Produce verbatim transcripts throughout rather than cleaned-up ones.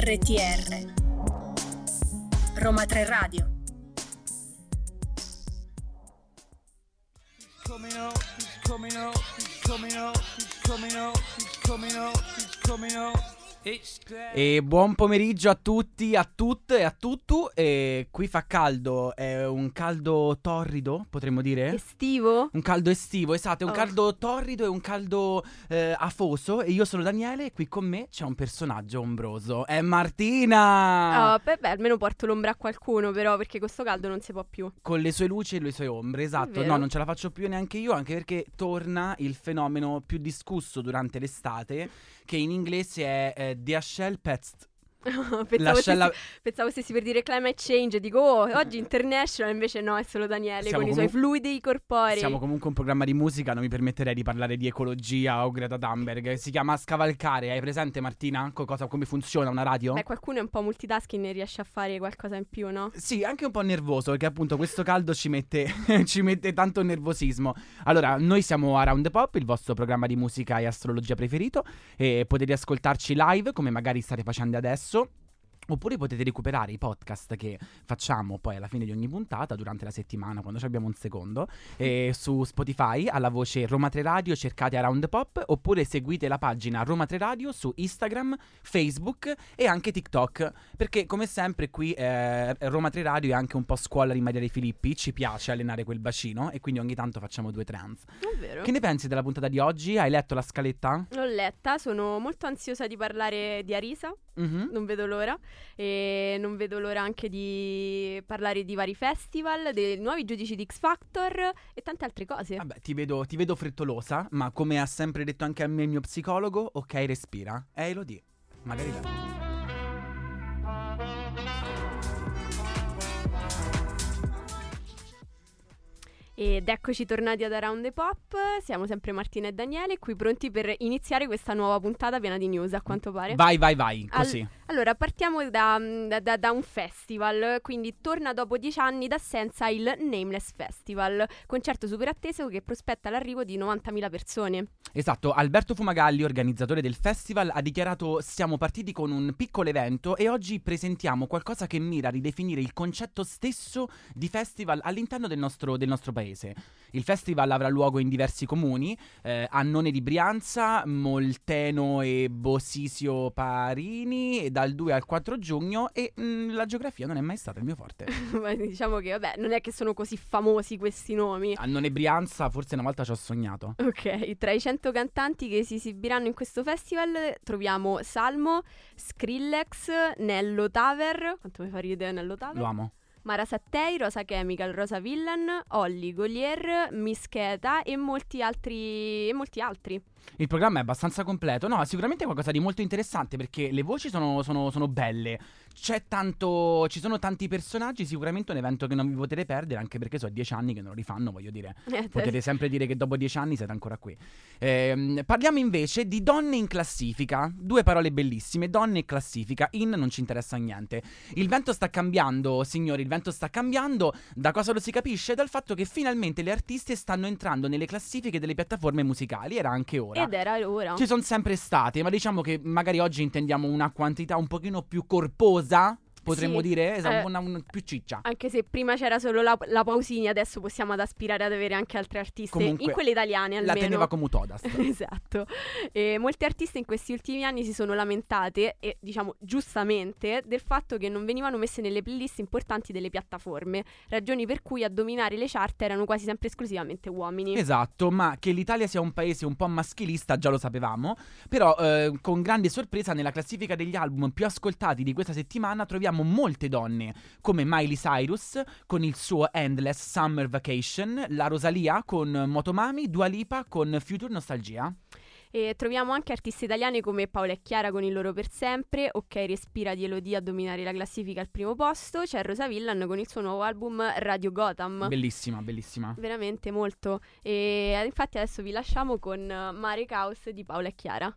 R T R Roma tre Radio. Coming up, he's coming up, he's coming up, he's coming up, he's coming up, he's coming up. E buon pomeriggio a tutti, a tutte e a tutto. E qui fa caldo, è un caldo torrido, potremmo dire? Estivo? Un caldo estivo, esatto, è un Oh. caldo torrido e un caldo eh, afoso. E io sono Daniele e qui con me c'è un personaggio ombroso, è Martina! Oh, beh, beh, almeno porto l'ombra a qualcuno, però, perché questo caldo non si può più. Con le sue luci e le sue ombre, esatto. vero. No, non ce la faccio più neanche io, anche perché torna il fenomeno più discusso durante l'estate, che in inglese è eh, The Ashell Pest. pensavo, L'ascella- stessi, pensavo stessi per dire climate change. Dico, oh, oggi international, invece no, è solo Daniele Siamo con i comu- suoi fluidi corporei. Siamo comunque un programma di musica, non mi permetterei di parlare di ecologia o Greta Thunberg. Si chiama Scavalcare, hai presente Martina? Co- cosa, come funziona una radio? Beh, qualcuno è un po' multitasking e riesce a fare qualcosa in più, no? Sì, anche un po' nervoso, perché appunto questo caldo ci mette, ci mette tanto nervosismo. Allora, noi siamo Around the Pop, il vostro programma di musica e astrologia preferito, e potete ascoltarci live, come magari state facendo adesso. Oppure potete recuperare i podcast che facciamo poi alla fine di ogni puntata, durante la settimana, quando ci abbiamo un secondo, e su Spotify alla voce Roma tre Radio cercate Around the Pop, oppure seguite la pagina Roma tre Radio su Instagram, Facebook e anche TikTok, perché come sempre qui eh, Roma tre Radio è anche un po' scuola di Maria De Filippi, ci piace allenare quel bacino e quindi ogni tanto facciamo due trans. È vero. Che ne pensi della puntata di oggi? Hai letto la scaletta? L'ho letta, sono molto ansiosa di parlare di Arisa, Mhm. non vedo l'ora. E non vedo l'ora anche di parlare di vari festival, dei nuovi giudici di X Factor e tante altre cose. Vabbè, ti vedo, ti vedo frettolosa, ma come ha sempre detto anche a me il mio psicologo, ok, respira. Eh, lo di. Magari la... Ed eccoci tornati ad Around the Pop, siamo sempre Martina e Daniele, qui pronti per iniziare questa nuova puntata piena di news, a quanto pare. Vai, vai, vai, Al- così. Allora, partiamo da, da- da- da un festival, quindi torna dopo dieci anni d'assenza il Nameless Festival, concerto super atteso che prospetta l'arrivo di novantamila persone. Esatto, Alberto Fumagalli, organizzatore del festival, ha dichiarato: siamo partiti con un piccolo evento e oggi presentiamo qualcosa che mira a ridefinire il concetto stesso di festival all'interno del nostro, del nostro paese. Il festival avrà luogo in diversi comuni, eh, Annone di Brianza, Molteno e Bosisio Parini, e dal due al quattro giugno, e mh, la geografia non è mai stata il mio forte. Ma diciamo che, vabbè, non è che sono così famosi questi nomi. Annone Brianza, forse una volta ci ho sognato. Ok, tra i cento cantanti che si esibiranno in questo festival troviamo Salmo, Skrillex, Nello Taver, quanto mi fa ridere Nello Taver? Lo amo. Mara Sattei, Rosa Chemical, Rosa Villain, Olly, Golier, Mischeta e molti altri e molti altri. Il programma è abbastanza completo. No, sicuramente è qualcosa di molto interessante, perché le voci sono, sono, sono belle. C'è tanto, ci sono tanti personaggi. Sicuramente un evento che non vi potete perdere, anche perché sono dieci anni che non lo rifanno, voglio dire. Eh, Potete sempre dire che dopo dieci anni siete ancora qui. Ehm, parliamo invece di donne in classifica. Due parole bellissime: donne e classifica. In non ci interessa niente. Il vento sta cambiando, signori. Il vento sta cambiando. Da cosa lo si capisce? Dal fatto che finalmente le artiste stanno entrando nelle classifiche delle piattaforme musicali. Era anche ora. Ed era ora. Ci sono sempre state, ma diciamo che magari oggi intendiamo una quantità un pochino più corposa, potremmo Sì, dire, esatto, eh, una, una più ciccia. Anche se prima c'era solo la, la Pausini, adesso possiamo ad aspirare ad avere anche altre artiste, Comunque, in quelle italiane almeno. La teneva come Todas. Esatto. E molte artiste in questi ultimi anni si sono lamentate, e diciamo giustamente, del fatto che non venivano messe nelle playlist importanti delle piattaforme, ragioni per cui a dominare le chart erano quasi sempre esclusivamente uomini. Esatto, ma che l'Italia sia un paese un po' maschilista già lo sapevamo, però eh, con grande sorpresa nella classifica degli album più ascoltati di questa settimana troviamo molte donne, come Miley Cyrus con il suo Endless Summer Vacation, la Rosalia con Motomami, Dua Lipa con Future Nostalgia. E troviamo anche artiste italiane come Paola e Chiara con il loro Per Sempre, Ok Respira di Elodie a dominare la classifica al primo posto, c'è Rosa Villain con il suo nuovo album Radio Gotham. Bellissima, bellissima. Veramente molto. E infatti adesso vi lasciamo con Mare Caos di Paola e Chiara.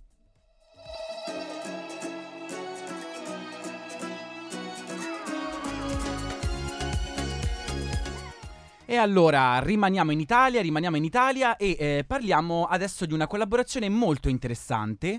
E allora rimaniamo in Italia, rimaniamo in Italia e eh, parliamo adesso di una collaborazione molto interessante.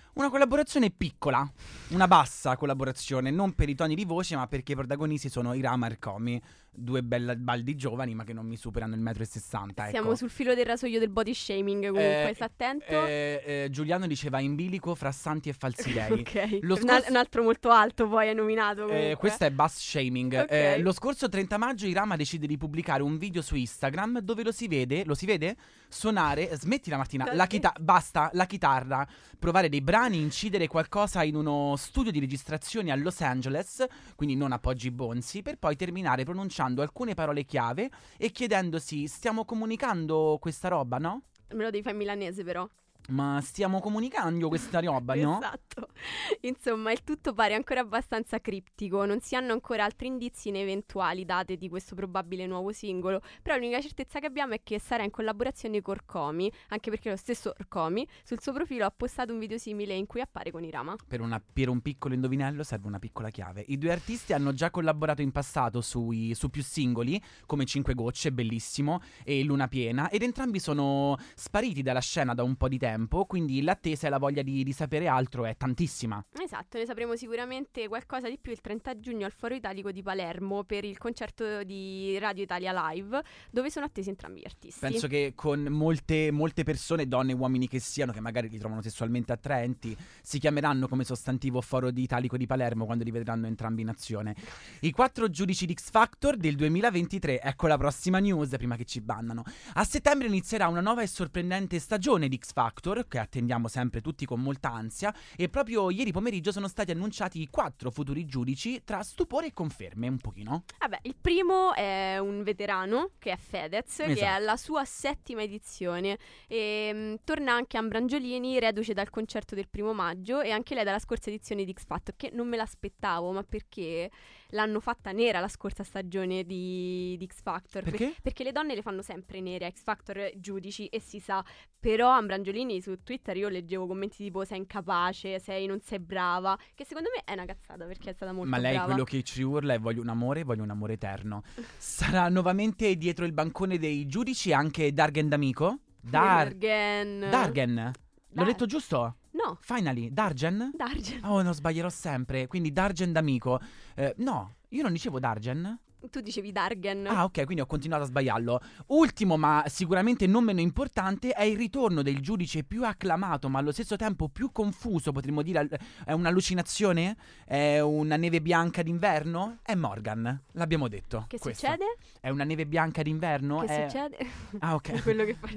Una collaborazione piccola, una bassa collaborazione, non per i toni di voce, ma perché i protagonisti sono Irama e Ercomi, due belli baldi giovani ma che non mi superano il metro e sessanta. Ecco. Siamo sul filo del rasoio del body shaming, comunque, Eh, sta attento. eh, eh, Giuliano diceva in bilico fra santi e falsidei. Ok, Lo un, scorso- un altro molto alto poi è nominato comunque. Eh, questo è bus shaming. Ok. Eh, lo scorso trenta maggio Irama decide di pubblicare un video su Instagram dove lo si vede, lo si vede suonare, smetti la Martina, No, la sì. chita- basta, la chitarra, provare dei brani, incidere qualcosa in uno studio di registrazioni a Los Angeles, quindi non a Poggi Bonzi, per poi terminare pronunciando alcune parole chiave e chiedendosi: stiamo comunicando questa roba, no? Me lo devi fare in milanese però. Ma stiamo comunicando questa roba, no? Esatto. Insomma, il tutto pare ancora abbastanza criptico. Non si hanno ancora altri indizi né eventuali date di questo probabile nuovo singolo. Però l'unica certezza che abbiamo è che sarà in collaborazione con Ercomi, anche perché lo stesso Ercomi sul suo profilo ha postato un video simile in cui appare con Irama. Per, una- per un piccolo indovinello serve una piccola chiave. I due artisti hanno già collaborato in passato sui- su più singoli, come Cinque Gocce, bellissimo, e Luna Piena, ed entrambi sono spariti dalla scena da un po' di tempo, quindi l'attesa e la voglia di, di sapere altro è tantissima. Esatto, ne sapremo sicuramente qualcosa di più il trenta giugno al Foro Italico di Palermo per il concerto di Radio Italia Live, dove sono attesi entrambi gli artisti. Penso che con molte, molte persone, donne e uomini che siano, che magari li trovano sessualmente attraenti, si chiameranno come sostantivo Foro di Italico di Palermo quando li vedranno entrambi in azione. I quattro giudici di X Factor del duemilaventitré, ecco la prossima news prima che ci bannano. A settembre inizierà una nuova e sorprendente stagione di X Factor, che attendiamo sempre tutti con molta ansia, e proprio ieri pomeriggio sono stati annunciati i quattro futuri giudici tra stupore e conferme, un pochino. Vabbè, il primo è un veterano che è Fedez, che è Esatto. alla sua settima edizione e mh, torna anche Ambrangiolini, reduce dal concerto del primo maggio e anche lei dalla scorsa edizione di X Factor, che non me l'aspettavo, ma perché l'hanno fatta nera la scorsa stagione di, di X Factor. Per- Perché? perché le donne le fanno sempre nere a X Factor, giudici, e si sa. Però Ambrangiolini su Twitter io leggevo commenti tipo sei incapace, sei non sei brava, che secondo me è una cazzata perché è stata molto Ma lei brava. quello che ci urla è voglio un amore, voglio un amore eterno. Sarà nuovamente dietro il bancone dei giudici anche Dargen D'Amico? Dar- Dargen. Dargen? L'ho Dar- detto giusto? No, Finally, Dargen? Dargen. Oh, non sbaglierò sempre. Quindi Dargen D'Amico. Eh, no, io non dicevo Dargen. Tu dicevi Dargen. Ah, ok, quindi ho continuato a sbagliarlo. Ultimo, ma sicuramente non meno importante, è il ritorno del giudice più acclamato, ma allo stesso tempo più confuso, potremmo dire. È un'allucinazione? È una neve bianca d'inverno? È Morgan, l'abbiamo detto. Che questo. succede? È una neve bianca d'inverno? Che È- succede? Ah, ok. È quello che fa.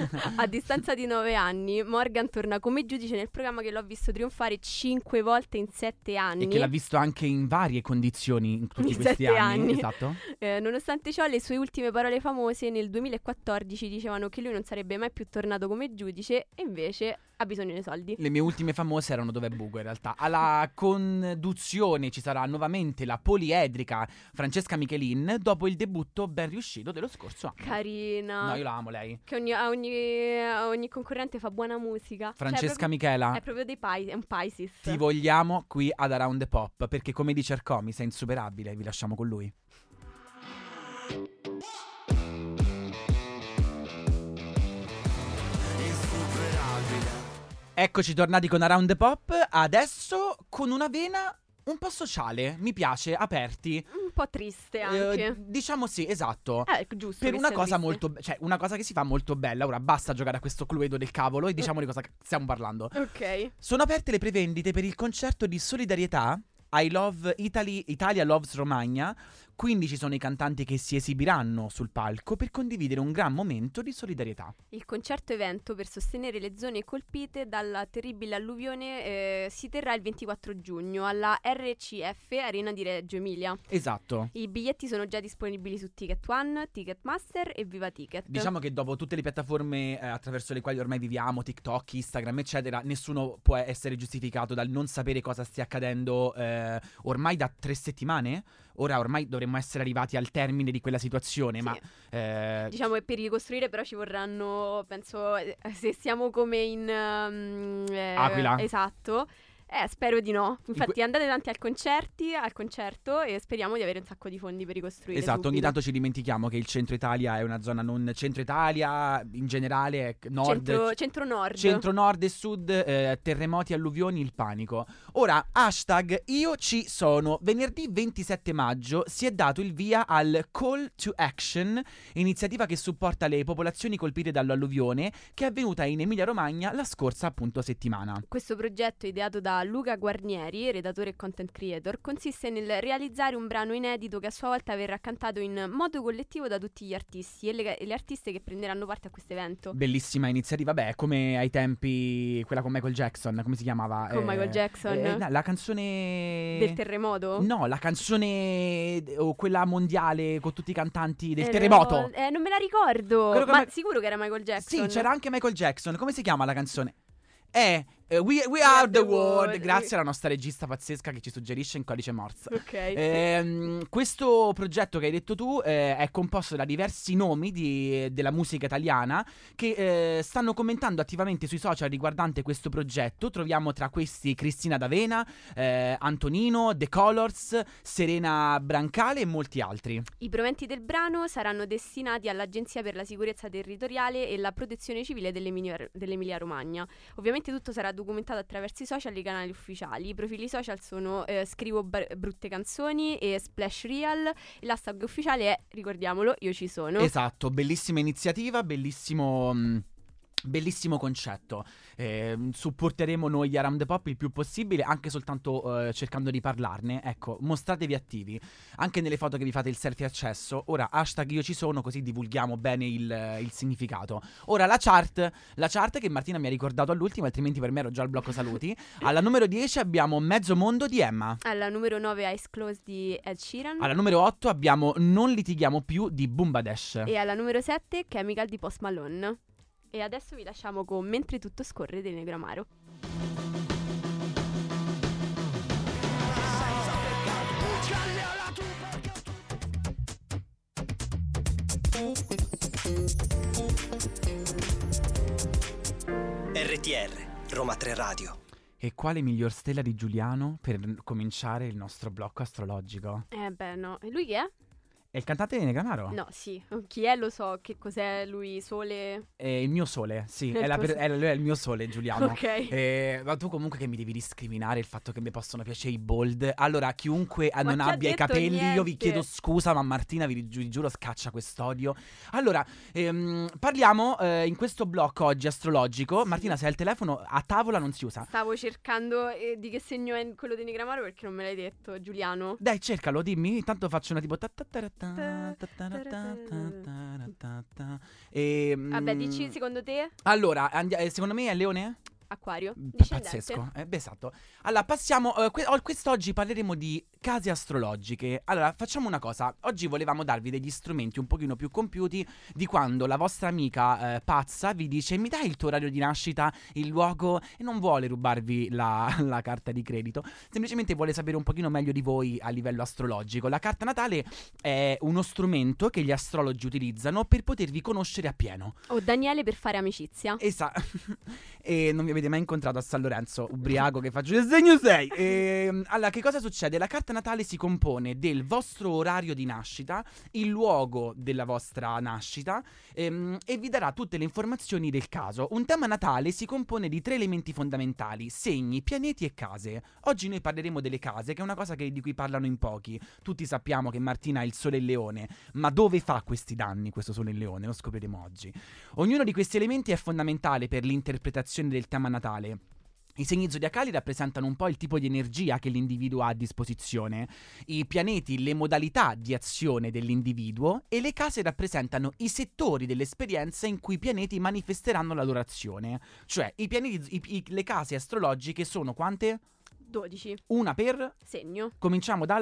A distanza di nove anni, Morgan torna come giudice nel programma che l'ho visto trionfare cinque volte in sette anni. E che l'ha visto anche in varie condizioni in tutti In questi sette anni. anni. Esatto. Eh, nonostante ciò, le sue ultime parole famose nel duemilaquattordici dicevano che lui non sarebbe mai più tornato come giudice e invece ha bisogno dei soldi. Le mie ultime famose erano Dov'è Bugo in realtà. Alla conduzione ci sarà nuovamente la poliedrica Francesca Michelin dopo il debutto ben riuscito dello scorso anno. Carina. No, io la amo lei. Che ogni, a ogni, a ogni concorrente fa buona musica. Cioè, Francesca è proprio- Michela, È proprio dei Pi- è un Pisces. ti vogliamo qui ad Around the Pop perché come dice Ercomi sei insuperabile, vi lasciamo con lui. Eccoci tornati con Around the Pop, adesso con una vena un po' sociale, mi piace, aperti. Un po' triste Eh, anche. diciamo sì, esatto. Eh, giusto. Per che una sia cosa triste. molto be- cioè una cosa che si fa molto bella. Ora basta giocare a questo cluedo del cavolo e diciamo di cosa stiamo parlando. Ok. Sono aperte le prevendite per il concerto di solidarietà I Love Italy, Italia Loves Romagna. quindici sono i cantanti che si esibiranno sul palco per condividere un gran momento di solidarietà. Il concerto evento per sostenere le zone colpite dalla terribile alluvione eh, si terrà il ventiquattro giugno alla R C F Arena di Reggio Emilia. Esatto. I biglietti sono già disponibili su Ticket One, Ticketmaster e Viva Ticket. Diciamo che dopo tutte le piattaforme eh, attraverso le quali ormai viviamo, TikTok, Instagram, eccetera, nessuno può essere giustificato dal non sapere cosa stia accadendo eh, ormai da tre settimane. Ora ormai dovremmo essere arrivati al termine di quella situazione, Sì. ma eh, Diciamo che per ricostruire però ci vorranno, penso, eh, se siamo come in... um, eh, Aquila. Esatto. Eh, spero di no. Infatti andate tanti al concerti, al concerto e speriamo di avere un sacco di fondi per ricostruire. Esatto, subito. ogni tanto ci dimentichiamo che il centro Italia è una zona non centro Italia, in generale è nord, Centro, centro-nord. centro-nord e sud, eh, terremoti, alluvioni, il panico. Ora, hashtag io ci sono. Venerdì ventisette maggio si è dato il via al Call to Action, iniziativa che supporta le popolazioni colpite dall'alluvione, che è avvenuta in Emilia-Romagna la scorsa appunto settimana. Questo progetto, ideato da Luca Guarnieri, redattore e content creator, consiste nel realizzare un brano inedito che a sua volta verrà cantato in modo collettivo da tutti gli artisti e le, e le artiste che prenderanno parte a questo evento. Bellissima iniziativa, beh, come ai tempi quella con Michael Jackson, come si chiamava? Con Michael Jackson? eh, no, la canzone Del terremoto? No, la canzone o quella mondiale con tutti i cantanti del Eh, terremoto. no, eh, non me la ricordo. Quello che Ma me- sicuro che era Michael Jackson? Sì, c'era anche Michael Jackson. Come si chiama la canzone? Eh, eh, we, we are the world. Grazie alla nostra regista pazzesca che ci suggerisce in codice Morse. Ok. Ehm, questo progetto che hai detto tu eh, è composto da diversi nomi di- della musica italiana che eh, stanno commentando attivamente sui social riguardante questo progetto. Troviamo tra questi Cristina D'Avena, eh, Antonino, The Colors, Serena Brancale e molti altri. I proventi del brano saranno destinati all'Agenzia per la Sicurezza Territoriale e la Protezione Civile dell'Emilia, dell'Emilia Romagna. Ovviamente tutto sarà documentato attraverso i social e i canali ufficiali. I profili social sono eh, Scrivo Bar- Brutte Canzoni e Splash Real. E l'hashtag ufficiale è, ricordiamolo, Io ci sono. Esatto, bellissima iniziativa, bellissimo... mh, Bellissimo concetto. Eh, supporteremo noi gli Around the Pop il più possibile, anche soltanto eh, cercando di parlarne. Ecco, mostratevi attivi anche nelle foto che vi fate il selfie accesso. Ora hashtag io ci sono, così divulghiamo bene il, il significato. Ora la chart, la chart che Martina mi ha ricordato all'ultimo, altrimenti per me ero già al blocco saluti. Alla numero dieci abbiamo Mezzo Mondo di Emma. Alla numero nove Eyes Closed di Ed Sheeran. Alla numero otto abbiamo Non litighiamo più di Bumbadesh. E alla numero sette Chemical di Post Malone. E adesso vi lasciamo con Mentre tutto scorre dei Negramaro. R T R, Roma tre Radio. E quale miglior stella di Giuliano per cominciare il nostro blocco astrologico? Eh beh no, e lui chi è? È il cantante di Negramaro? No, sì, chi è lo so, che cos'è lui, Sole? È il mio sole, sì, Il è, la tuo per- sole. è, lui è il mio sole, Giuliano. Ok. Eh, ma tu comunque che mi devi discriminare il fatto che mi possono piacere i bold. Allora, chiunque eh, Ma non chi ha abbia i detto capelli, io vi niente? chiedo scusa, ma Martina vi, gi- vi giuro scaccia quest'odio. Allora, ehm, parliamo eh, in questo blocco oggi astrologico. Sì. Martina, se hai il telefono a tavola non si usa. Stavo cercando eh, di che segno è quello di Negramaro perché non me l'hai detto, Giuliano. Dai, cercalo, dimmi. Intanto faccio una tipo. ta ta ta ta ta ta ta ta ta ta. E, Vabbè, mm, dici secondo te? Allora, andi- eh, secondo me è Leone? Acquario? P- Discendente? Pazzesco, eh, beh, esatto. Allora, passiamo. eh, que- oh, quest'oggi parleremo di case astrologiche. Allora, facciamo una cosa. Oggi volevamo darvi degli strumenti un pochino più compiuti di quando la vostra amica eh, pazza vi dice: mi dai il tuo orario di nascita, il luogo, e non vuole rubarvi la, la carta di credito. Semplicemente vuole sapere un pochino meglio di voi a livello astrologico. La carta natale è uno strumento che gli astrologi utilizzano per potervi conoscere appieno. O Daniele per fare amicizia? Esatto. E non mi avete mai incontrato a San Lorenzo, ubriaco che faccio il segno sei. E, allora, che cosa succede? La carta natale si compone del vostro orario di nascita, il luogo della vostra nascita ehm, e vi darà tutte le informazioni del caso. Un tema natale si compone di tre elementi fondamentali: segni, pianeti e case. Oggi noi parleremo delle case, che è una cosa che- di cui parlano in pochi. Tutti sappiamo che Martina ha il sole in leone, ma dove fa questi danni questo sole in leone? Lo scopriremo oggi. Ognuno di questi elementi è fondamentale per l'interpretazione del tema natale. I segni zodiacali rappresentano un po' il tipo di energia che l'individuo ha a disposizione, i pianeti le modalità di azione dell'individuo e le case rappresentano i settori dell'esperienza in cui i pianeti manifesteranno la loro azione. Cioè, i pianeti, i- i- le case astrologiche sono quante? dodici. Una per... Segno. Cominciamo dal...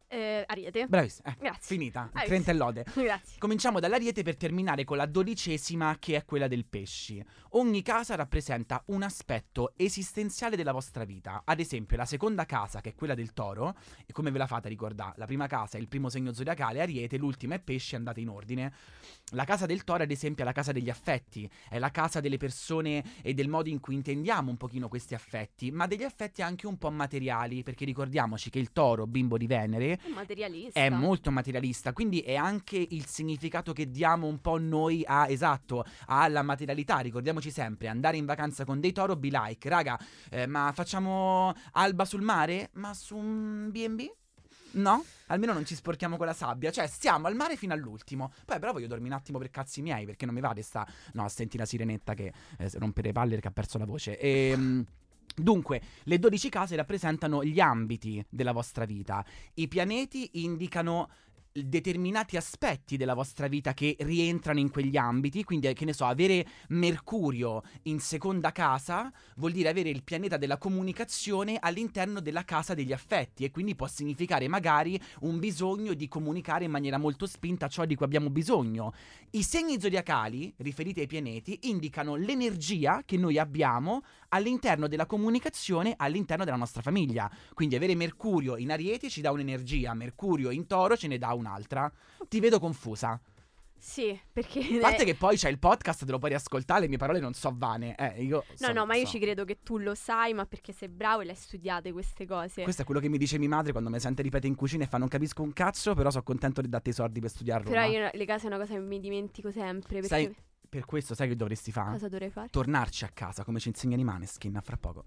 Eh, Ariete. Bravissima, eh, Grazie. finita, Hai trenta e lode. Grazie. Cominciamo dall'Ariete per terminare con la dodicesima, che è quella del Pesci. Ogni casa rappresenta un aspetto esistenziale della vostra vita. Ad esempio, la seconda casa, che è quella del Toro, e come ve la fate a ricordare? La prima casa è il primo segno zodiacale, Ariete, l'ultima è Pesci, andate in ordine. La casa del Toro, ad esempio, è la casa degli affetti, è la casa delle persone e del modo in cui intendiamo un pochino questi affetti, ma degli affetti anche un po' materiali, perché ricordiamoci che il Toro, bimbo di Venere, È materialista. è molto materialista, quindi è anche il significato che diamo un po' noi a, esatto, alla materialità. Ricordiamoci sempre, andare in vacanza con dei Toro, be like, raga, eh, ma facciamo alba sul mare? Ma su un bi e bi? No? Almeno non ci sporchiamo con la sabbia. Cioè, stiamo al mare fino all'ultimo. Poi però voglio dormire un attimo per cazzi miei, perché non mi va di sta... No, senti la sirenetta che eh, rompe le palle perché ha perso la voce. Ehm... Dunque, le dodici case rappresentano gli ambiti della vostra vita. I pianeti indicano determinati aspetti della vostra vita che rientrano in quegli ambiti, quindi che ne so, avere Mercurio in seconda casa vuol dire avere il pianeta della comunicazione all'interno della casa degli affetti, e quindi può significare magari un bisogno di comunicare in maniera molto spinta ciò di cui abbiamo bisogno. I segni zodiacali, riferiti ai pianeti, indicano l'energia che noi abbiamo all'interno della comunicazione, all'interno della nostra famiglia. Quindi avere Mercurio in Ariete ci dà un'energia, Mercurio in Toro ce ne dà un'altra. Ti vedo confusa. Sì, perché... A parte che poi c'è il podcast, te lo puoi riascoltare, le mie parole non so vane. Eh, io No, so- no, ma io so. ci credo che tu lo sai, ma perché sei bravo e le hai studiate queste cose. Questo è quello che mi dice mia madre quando mi sente ripetere in cucina e fa non capisco un cazzo, però sono contento di darti i soldi per studiare a Roma. Però io le case è una cosa che mi dimentico sempre. Perché Sai, per questo sai che dovresti fare? cosa dovrei fare? Tornarci a casa, come ci insegnano i Maneskin, a fra poco.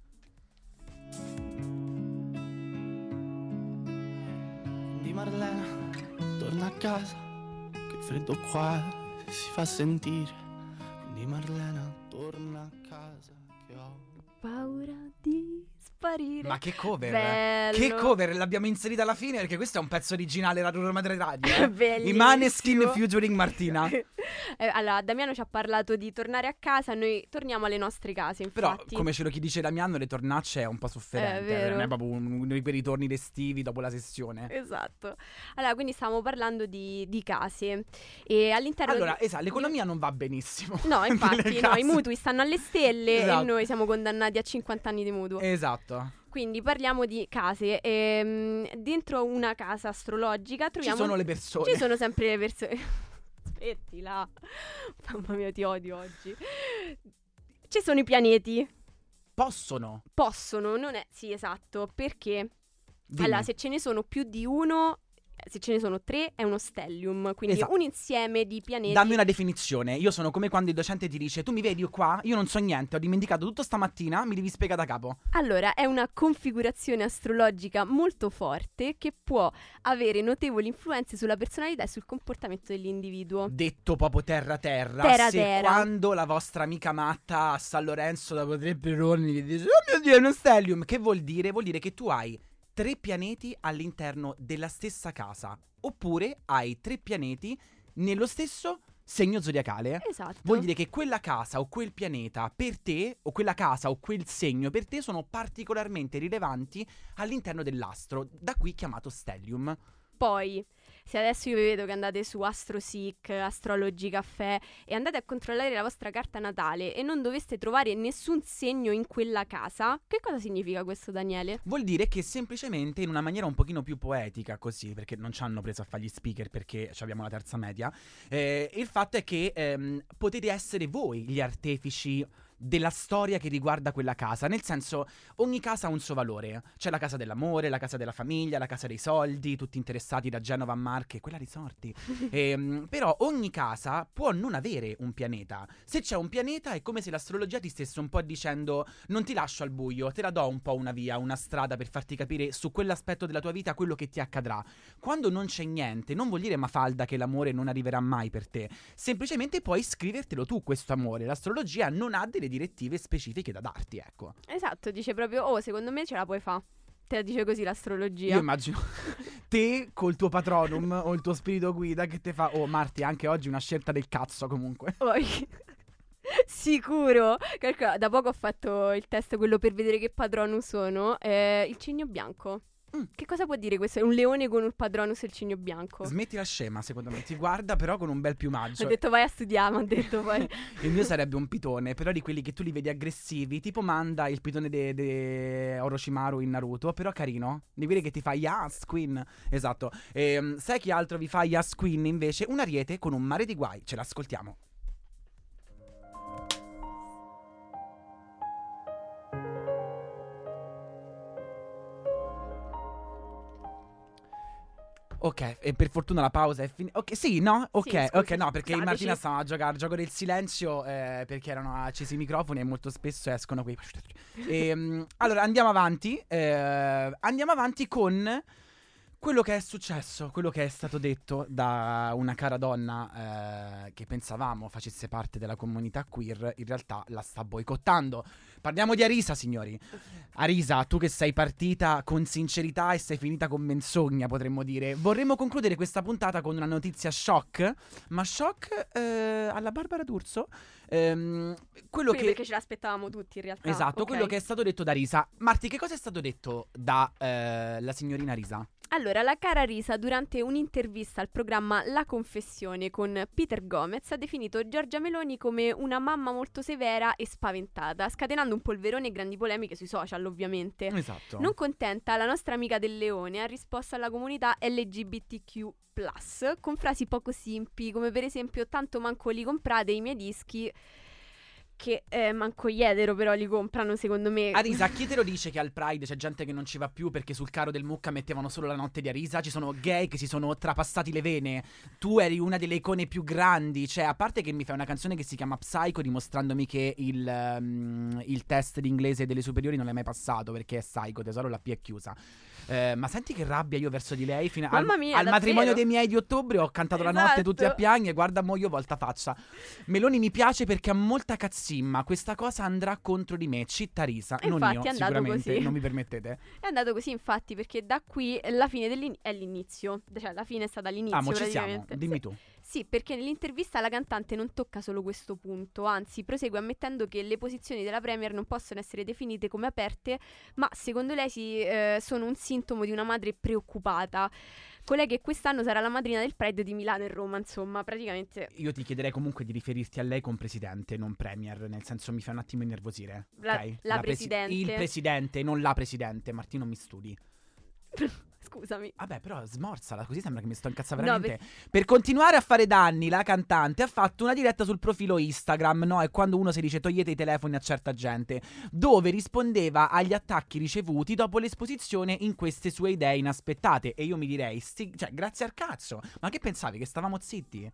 Di Marlena, torna a casa, che il freddo qua si fa sentire. Quindi Marlena, torna a casa, che ho Paura di sparire. Ma che cover! Bello. Che cover! L'abbiamo inserita alla fine perché questo è un pezzo originale della Roma tre Radio. Eh? Bellissimo. I Maneskin featuring Martina. Eh, allora, Damiano ci ha parlato di tornare a casa, noi torniamo alle nostre case, Però, infatti. come ce lo chi dice Damiano, le tornacce è un po' sofferente. È vero. Non è proprio uno di quei ritorni estivi dopo la sessione. Esatto. Allora, quindi stavamo parlando di, di case. E all'interno Allora, di... esatto, l'economia non va benissimo. No, nelle infatti, no, case. i mutui stanno alle stelle Esatto. e noi siamo condannati a cinquanta anni di mutuo. Esatto. Quindi parliamo di case. Ehm, dentro una casa astrologica Ci troviamo... sono le persone. Ci sono sempre le persone... Aspetti là. Mamma mia, ti odio oggi. Ci sono i pianeti. Possono. Possono, non è... Sì, esatto, perché... Dimmi. Allora, se ce ne sono più di uno... Se ce ne sono tre è uno stellium, quindi Esatto. un insieme di pianeti. Dammi una definizione. Io sono come quando il docente ti dice: tu mi vedi io qua? Io non so niente, ho dimenticato tutto stamattina, mi devi spiegare da capo. Allora, è una configurazione astrologica molto forte che può avere notevoli influenze sulla personalità e sul comportamento dell'individuo. Detto proprio terra terra. Terra Se terra. quando la vostra amica matta a San Lorenzo dopo tre peroni vi dice: oh mio Dio, è uno stellium. Che vuol dire? Vuol dire che tu hai tre pianeti all'interno della stessa casa. Oppure hai tre pianeti nello stesso segno zodiacale. Esatto. Vuol dire che quella casa o quel pianeta per te, o quella casa o quel segno per te sono particolarmente rilevanti all'interno dell'astro, da qui chiamato stellium. Poi, se adesso io vi vedo che andate su AstroSeek, Astrology Caffè e andate a controllare la vostra carta natale e non doveste trovare nessun segno in quella casa, che cosa significa questo, Daniele? Vuol dire che semplicemente in una maniera un pochino più poetica, così, perché non ci hanno preso a fare gli speaker perché abbiamo la terza media, eh, il fatto è che ehm, potete essere voi gli artefici della storia che riguarda quella casa. Nel senso, ogni casa ha un suo valore. C'è la casa dell'amore, la casa della famiglia, la casa dei soldi, tutti interessati da Genova a Marche, quella risorti. Ehm, però ogni casa può non avere un pianeta. Se c'è un pianeta è come se l'astrologia ti stesse un po' dicendo: non ti lascio al buio, te la do un po' una via, una strada per farti capire su quell'aspetto della tua vita quello che ti accadrà. Quando non c'è niente, non vuol dire, Mafalda, che l'amore non arriverà mai per te. Semplicemente puoi scrivertelo tu questo amore. L'astrologia non ha delle direttive specifiche da darti, ecco. Esatto, dice proprio, oh, secondo me ce la puoi fare. Te la dice così l'astrologia. Io immagino te col tuo patronum o il tuo spirito guida che ti fa: oh Marti, anche oggi una scelta del cazzo comunque. Poi sicuro. Calcola, da poco ho fatto il test, quello per vedere che patrono sono. Eh, il cigno bianco. Mm. Che cosa può dire questo? È un leone con un Patronus e il cigno bianco. Smetti la scema, secondo me. Ti guarda però con un bel Ho piumaggio. detto vai a studiare, mi ha detto poi. Il mio sarebbe un pitone, però di quelli che tu li vedi aggressivi, tipo Manda, il pitone de, de Orochimaru in Naruto, però carino. Di quelli che ti fa Yas Queen. Esatto. E, sai chi altro vi fa Yas Queen invece? Un ariete con un mare di guai. Ce l'ascoltiamo. Ok, e per fortuna la pausa è finita. Ok, sì, no? Ok, Sì, scusa, ok, no, perché scusateci. Martina stava a giocare al gioco del silenzio eh, perché erano accesi i microfoni e molto spesso escono quei. Ehm, allora, andiamo avanti. eh, andiamo avanti con quello che è successo, quello che è stato detto da una cara donna eh, che pensavamo facesse parte della comunità queer, in realtà la sta boicottando. Parliamo di Arisa, signori. Arisa, tu che sei partita con sincerità e sei finita con menzogna, potremmo dire. Vorremmo concludere questa puntata con una notizia shock, ma shock eh, alla Barbara D'Urso. Ehm, quello Quindi che... perché ce l'aspettavamo tutti in realtà. Esatto, Ok. quello che è stato detto da Risa. Marti, che cosa è stato detto da eh, la signorina Risa? Allora, la cara Risa, durante un'intervista al programma La Confessione con Peter Gomez, ha definito Giorgia Meloni come una mamma molto severa e spaventata, scatenando un polverone e grandi polemiche sui social, ovviamente. Esatto. Non contenta, la nostra amica del Leone ha risposto alla comunità L G B T Q plus, con frasi poco simpi, come per esempio tanto manco li comprate i miei dischi, che eh, manco gli etero però li comprano, secondo me. Arisa, chi te lo dice che al Pride c'è gente che non ci va più perché sul carro del Mucca mettevano solo la notte di Arisa? Ci sono gay che si sono trapassati le vene. Tu eri una delle icone più grandi. Cioè, a parte che mi fai una canzone che si chiama Psycho, dimostrandomi che il, um, il test d'inglese delle superiori non l'hai mai passato, perché è Psycho, tesoro, la P è chiusa. Eh, ma senti che rabbia io verso di lei. Fino a- Mamma al, mia, al davvero? matrimonio dei miei di ottobre ho cantato la notte tutti a Esatto. piangere. Guarda mo io volta faccia. Meloni mi piace perché ha molta cazzimma. Questa cosa andrà contro di me. Citta Risa, E non infatti io, è andato sicuramente. così. Non mi permettete. È andato così, infatti, perché da qui la fine dell'in- è l'inizio. Cioè, la fine è stata l'inizio. Ah, mo ci siamo. praticamente. Dimmi Sì. tu. Sì, perché nell'intervista la cantante non tocca solo questo punto, anzi prosegue ammettendo che le posizioni della Premier non possono essere definite come aperte, ma secondo lei si, eh, sono un sintomo di una madre preoccupata. Colei che quest'anno sarà la madrina del Pride di Milano e Roma, insomma, praticamente Io ti chiederei comunque di riferirti a lei con presidente, non premier, nel senso mi fa un attimo innervosire. La- ok? la presi- presidente. Il presidente, non la presidente. Martino, mi studi. scusami. Vabbè, però smorzala, così sembra che mi sto incazzando No, veramente. Per continuare a fare danni, la cantante ha fatto una diretta sul profilo Instagram, no? È quando uno si dice togliete i telefoni a certa gente, dove rispondeva agli attacchi ricevuti dopo l'esposizione in queste sue idee inaspettate. E io mi direi, sti- cioè, grazie al cazzo. Ma che pensavi, che stavamo zitti?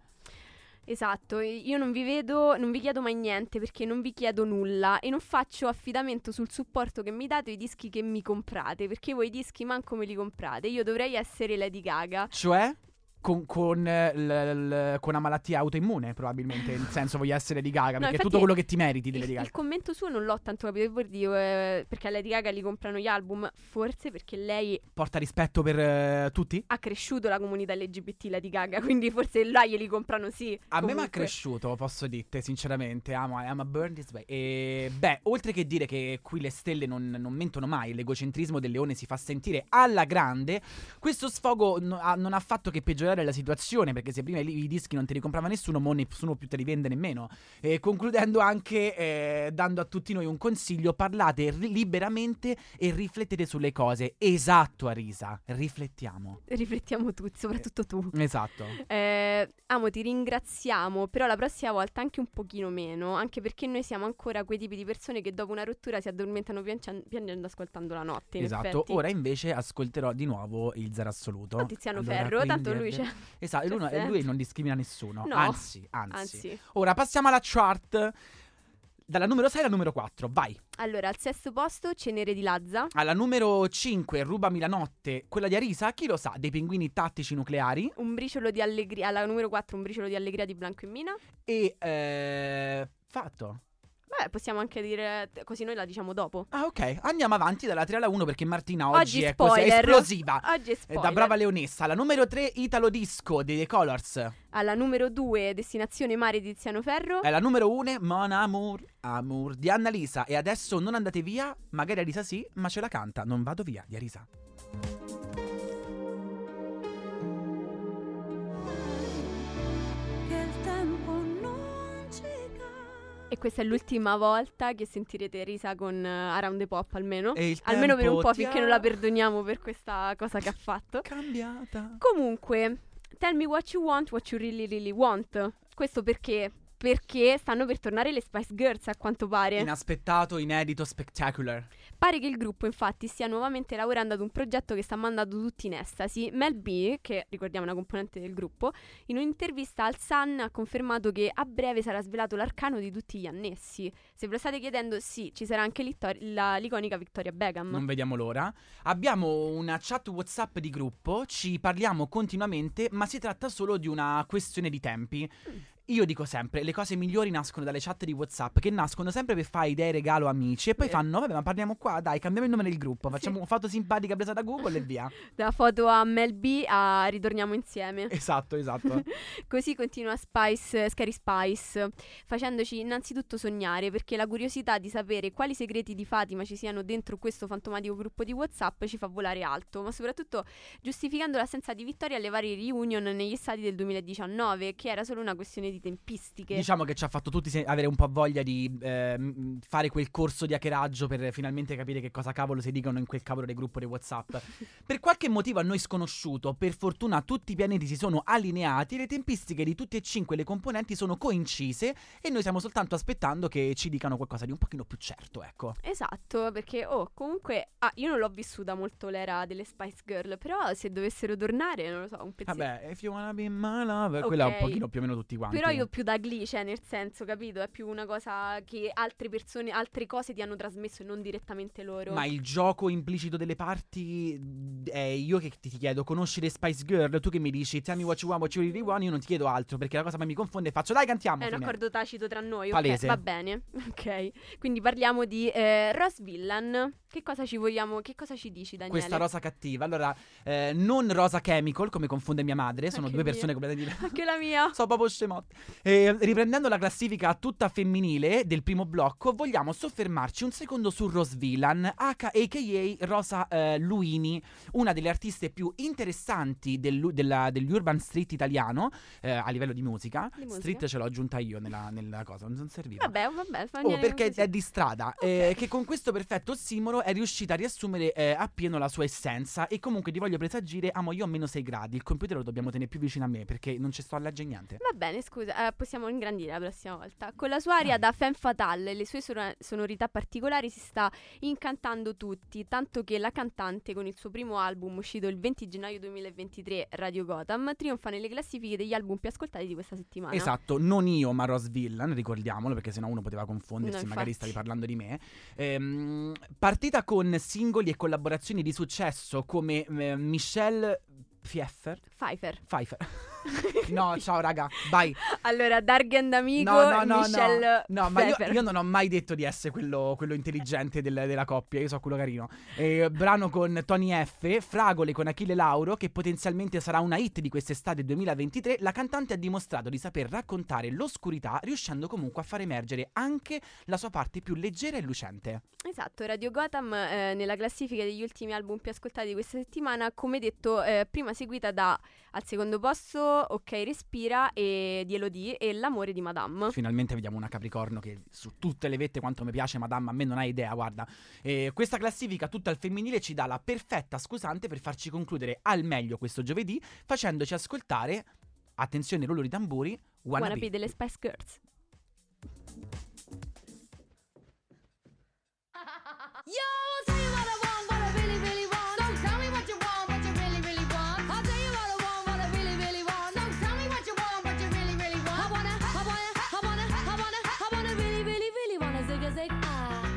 Esatto, io non vi vedo, non vi chiedo mai niente perché non vi chiedo nulla e non faccio affidamento sul supporto che mi date o i dischi che mi comprate, perché voi i dischi manco me li comprate, io dovrei essere Lady Gaga. Cioè? Con, con, eh, l- l- con una malattia autoimmune, probabilmente. Nel senso, voglio essere di Gaga. No, Perché è infatti tutto quello che ti meriti di Il, Lady Gaga. il commento suo non l'ho tanto capito, che vuol dire, eh, perché a Lady Gaga li comprano gli album, forse perché lei Porta rispetto per eh, tutti? ha cresciuto la comunità L G B T, Lady Gaga, quindi forse là glieli comprano sì. A me mi ha comunque. cresciuto, posso dirti, sinceramente. Amo, I'm a burn this way. E beh, oltre che dire che qui le stelle non, non mentono mai, l'egocentrismo del leone si fa sentire alla grande, questo sfogo no- ha- non ha fatto che peggiorare la situazione, perché se prima i, i dischi non te li comprava nessuno, mo nessuno più te li vende nemmeno. E concludendo anche eh, dando a tutti noi un consiglio: parlate ri- liberamente e riflettete sulle cose. Esatto, Arisa, riflettiamo. Riflettiamo tutti, soprattutto tu. Esatto. Eh, amo, ti ringraziamo, però la prossima volta anche un pochino meno, anche perché noi siamo ancora quei tipi di persone che dopo una rottura si addormentano pian- piangendo ascoltando la notte. In Esatto, effetti. ora invece ascolterò di nuovo il Zero Assoluto. Oh, Tiziano Allora, Ferro, tanto quindi lui è- c'è. Esatto, lui, c'è lui sempre. non discrimina nessuno. No. Anzi, anzi, Anzi. Ora passiamo alla chart. Dalla numero sei alla numero quattro, vai. Allora, al sesto posto Cenere di Lazza. Alla numero cinque, Rubami la notte, quella di Arisa, chi lo sa, dei pinguini tattici nucleari. Un briciolo di allegria. Alla numero quattro un briciolo di allegria di Blanco e Mina. E eh, fatto. Vabbè, possiamo anche dire così noi la diciamo dopo. Ah, ok, andiamo avanti dalla tre alla uno perché Martina oggi, Oggi è così spoiler. esplosiva. Oggi è Eh, spoiler. Da brava leonessa. Alla numero tre, Italo Disco dei The Colors. Alla numero due Destinazione Mare di Tiziano Ferro. È la numero uno, Mon Amour, Amour di Annalisa. E adesso non andate via, magari Arisa sì, ma ce la canta. Non vado via di Arisa. questa è l'ultima volta che sentirete Risa con uh, Around the Pop, almeno. E il Almeno per un tempo po', ti finché ha non la perdoniamo per questa cosa che ha fatto. cambiata. Comunque, tell me what you want, what you really really want. Questo perché? Perché stanno per tornare le Spice Girls, a quanto pare. Inaspettato, inedito, spectacular. Pare che il gruppo infatti stia nuovamente lavorando ad un progetto che sta mandando tutti in estasi. Mel B, che ricordiamo è una componente del gruppo, in un'intervista al Sun ha confermato che a breve sarà svelato l'arcano di tutti gli annessi. Se ve lo state chiedendo, sì, ci sarà anche l'ittor- la, l'iconica Victoria Beckham. Non vediamo l'ora. Abbiamo una chat WhatsApp di gruppo, ci parliamo continuamente, ma si tratta solo di una questione di tempi. Mm. Io dico sempre, le cose migliori nascono dalle chat di WhatsApp, che nascono sempre per fare idee, regalo, amici, e poi Vero. fanno, vabbè, ma parliamo qua, dai, cambiamo il nome del gruppo, facciamo Sì. una foto simpatica presa da Google e via. Da foto a Mel B a ritorniamo insieme. Esatto, esatto. Così continua Spice, Scary Spice, facendoci innanzitutto sognare, perché la curiosità di sapere quali segreti di Fatima ci siano dentro questo fantomatico gruppo di WhatsApp ci fa volare alto, ma soprattutto giustificando l'assenza di Vittoria alle varie reunion negli stadi del duemiladiciannove, che era solo una questione di tempistiche. Diciamo che ci ha fatto tutti se- avere un po' voglia di ehm, fare quel corso di hackeraggio per finalmente capire che cosa cavolo si dicono in quel cavolo del gruppo di WhatsApp. Per qualche motivo a noi sconosciuto, per fortuna tutti i pianeti si sono allineati, le tempistiche di tutte e cinque le componenti sono coincise e noi stiamo soltanto aspettando che ci dicano qualcosa di un pochino più certo, ecco. Esatto, perché oh, comunque ah, io non l'ho vissuta molto l'era delle Spice Girl, però se dovessero tornare, non lo so, un pezzetto. Vabbè, if you wanna be my lover, quella è un Ok. pochino più o meno tutti quanti. Però io più da Glee, cioè nel senso, capito? È più una cosa che altre persone, altre cose ti hanno trasmesso e non direttamente loro. Ma il gioco implicito delle parti è io che ti chiedo, conosci le Spice Girl? Tu che mi dici tell me what you want, what you really want, io non ti chiedo altro perché la cosa poi mi confonde e faccio dai cantiamo. È un fine. accordo tacito tra noi, ok? Palese. Va bene, ok. Quindi parliamo di eh, Rose Villain. Che cosa ci vogliamo, che cosa ci dici, Daniele? Questa rosa cattiva. Allora, eh, non Rosa Chemical, come confonde mia madre, sono Anche due mia. persone completamente diverse. Anche la mia. So proprio scemotte. Eh, riprendendo la classifica tutta femminile del primo blocco, vogliamo soffermarci un secondo su Rose Villain, a k a. Rosa eh, Luini, una delle artiste più interessanti dell'u- della- degli urban street italiano eh, a livello di musica. Di musica. Street ce l'ho aggiunta io nella, nella cosa, non serviva. Vabbè, vabbè, fa Oh, niente perché così. è di strada, eh, che con questo perfetto ossimoro è riuscita a riassumere eh, appieno la sua essenza. E comunque ti voglio presagire, amo io a meno sei gradi. Il computer lo dobbiamo tenere più vicino a me perché non ci sto a leggere niente. Va bene, scusa, eh, possiamo ingrandire la prossima volta. Con la sua aria da femme fatale e le sue sor- sonorità particolari si sta incantando tutti, tanto che la cantante con il suo primo album uscito il venti gennaio duemilaventitré, Radio Gotham, trionfa nelle classifiche degli album più ascoltati di questa settimana. Esatto, non io ma Rose Villain, ricordiamolo perché sennò uno poteva confondersi, No, magari infatti. stavi parlando di me. Ehm, partita con singoli e collaborazioni di successo come eh, Michelle Pfeiffer. Pfeiffer. Pfeiffer. No, ciao raga, vai. Allora, Dargen D'Amico No, no, e no, Michelle no, no, ma io, Pfeiffer. io non ho mai detto di essere quello, quello intelligente del- della coppia, io so quello carino. Eh, brano con Tony F, Fragole con Achille Lauro, che potenzialmente sarà una hit di quest'estate duemilaventitré. La cantante ha dimostrato di saper raccontare l'oscurità, riuscendo comunque a far emergere anche la sua parte più leggera e lucente. Esatto, Radio Gotham eh, nella classifica degli ultimi album più ascoltati di questa settimana, come detto, eh, prima seguita da al secondo posto Ok Respira e di Elodie e L'amore di Madame. Finalmente vediamo una Capricorno che su tutte le vette quanto mi piace Madame, a me non hai idea, guarda. Eh, questa classifica tutta al femminile ci dà la perfetta scusante per farci concludere al meglio questo giovedì, facendoci ascoltare, attenzione rullo di tamburi, Wanna, Wanna Be. Be delle Spice Girls. Yo, I'll tell you what I want, what I really, really want. Don't tell me what you want, what you really, really want. I'll tell you what I want, what I really, really want. Don't tell me what you want, what you really, really want. I wanna, I wanna, I wanna, I wanna, I wanna really, really, really wanna zig a zig ah.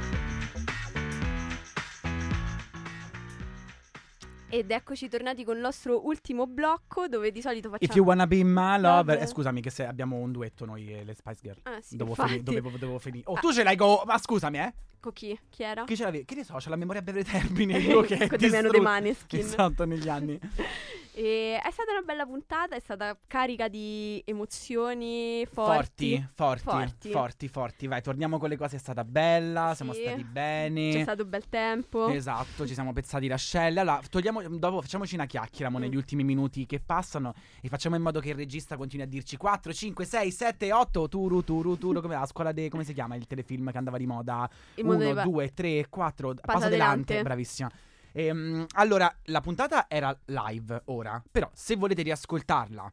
Ed eccoci tornati con il nostro ultimo blocco, dove di solito facciamo... If you wanna be my lover. Lover. Eh, scusami che se abbiamo un duetto noi e le Spice Girl. Ah, sì, Dovevo infatti. fini- dovevo, dovevo finire. Oh, Ah. tu ce l'hai go. Ma scusami, eh. Con chi? Chi era? Chi ce l'avevi? Che ne so, c'è la memoria a breve termine. Io che è Con Damiano distrutto. De Maneskin. Esatto, negli anni. E è stata una bella puntata, è stata carica di emozioni forti. Forti, forti, Forti. forti, forti. Vai, torniamo con le cose, è stata bella, siamo Sì. stati bene. C'è stato bel tempo. Esatto, ci siamo pezzati le ascelle. Allora, togliamo, dopo facciamoci una chiacchiera mo, Mm. negli ultimi minuti che passano e facciamo in modo che il regista continui a dirci quattro, cinque, sei, sette, otto, turu, turu, turu, come la scuola de... come si chiama il telefilm che andava di moda? Il mondo dei uno, pa- due, tre, quattro, Passa passa delante, delante. bravissima. Ehm, allora, la puntata era live ora, però se volete riascoltarla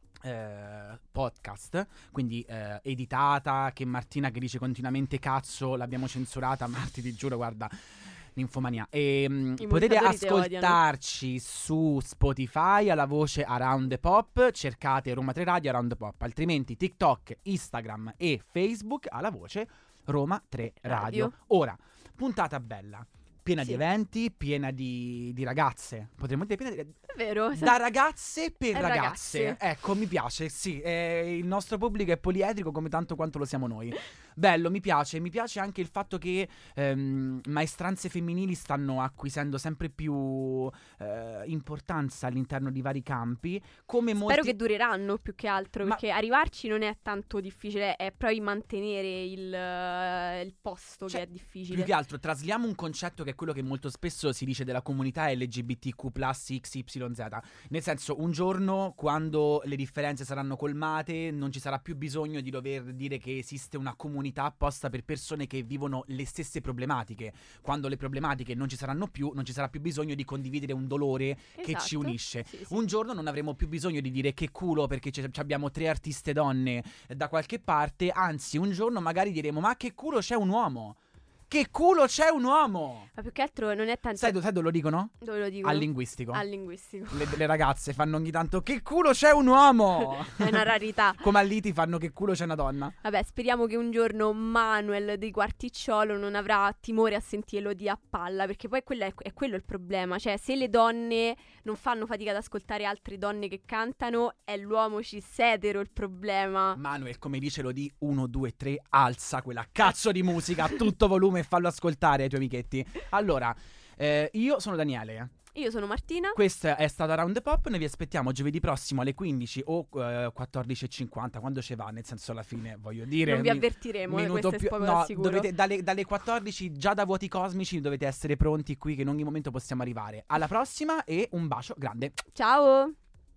eh, podcast, quindi eh, editata, che Martina che dice continuamente cazzo, l'abbiamo censurata, Marti ti giuro, guarda, ninfomania. E, mm, I potete montatori te odiano. ascoltarci su Spotify alla voce Around the Pop, cercate Roma tre Radio Around the Pop, altrimenti TikTok, Instagram e Facebook alla voce Roma tre Radio. Radio. Ora, puntata bella, piena di Sì. eventi, piena di, di ragazze, potremmo dire piena di... È vero. Da ragazze per Eh, ragazze. ragazze. Ecco, mi piace, sì. eh, il nostro pubblico è poliedrico come tanto quanto lo siamo noi. Bello, mi piace. Mi piace anche il fatto che ehm, maestranze femminili stanno acquisendo sempre più eh, importanza all'interno di vari campi. Come molti... Spero che dureranno più che altro, Ma- perché arrivarci non è tanto difficile, è proprio mantenere il, eh, il posto Cioè, che è difficile. Più che altro trasliamo un concetto che è quello che molto spesso si dice della comunità L G B T Q plus, X Y Z. Nel senso, un giorno quando le differenze saranno colmate non ci sarà più bisogno di dover dire che esiste una comunità apposta per persone che vivono le stesse problematiche. Quando le problematiche non ci saranno più, non ci sarà più bisogno di condividere un dolore che ci Esatto. unisce. Sì, sì. Un giorno non avremo più bisogno di dire che culo perché ci ci abbiamo tre artiste donne da qualche parte, anzi un giorno magari diremo ma che culo c'è un uomo. Che culo c'è un uomo! Ma più che altro non è tanto... Sai, do- sai dove lo dicono? Dove lo dico? Al linguistico. Al linguistico. Le, le ragazze fanno ogni tanto che culo c'è un uomo! È una rarità. Come a Liti fanno che culo c'è una donna. Vabbè, speriamo che un giorno Manuel di Quarticciolo non avrà timore a sentire Elodie a palla, perché poi quello è, è quello il problema. Cioè, se le donne non fanno fatica ad ascoltare altre donne che cantano, è l'uomo cis-etero il problema. Manuel, come dice lo di uno, due, tre, alza quella cazzo di musica a tutto volume e fallo ascoltare ai tuoi amichetti. Allora, eh, io sono Daniele. Io sono Martina. Questa è stata Round the Pop. Noi vi aspettiamo giovedì prossimo alle quindici o eh, quattordici e cinquanta, quando ci va, nel senso alla fine, voglio dire. Non vi mi- avvertiremo, eh, minuto questo è più- poco no, da sicuro. dovete, dalle, dalle quattordici già da vuoti cosmici dovete essere pronti qui che in ogni momento possiamo arrivare. Alla prossima e un bacio grande. Ciao!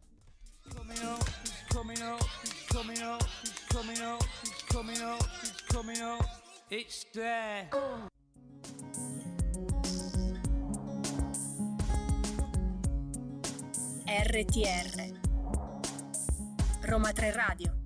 Coming up, he's coming up, he's coming up, he's coming up, he's coming up, he's coming up. It's there. R T R Roma tre Radio.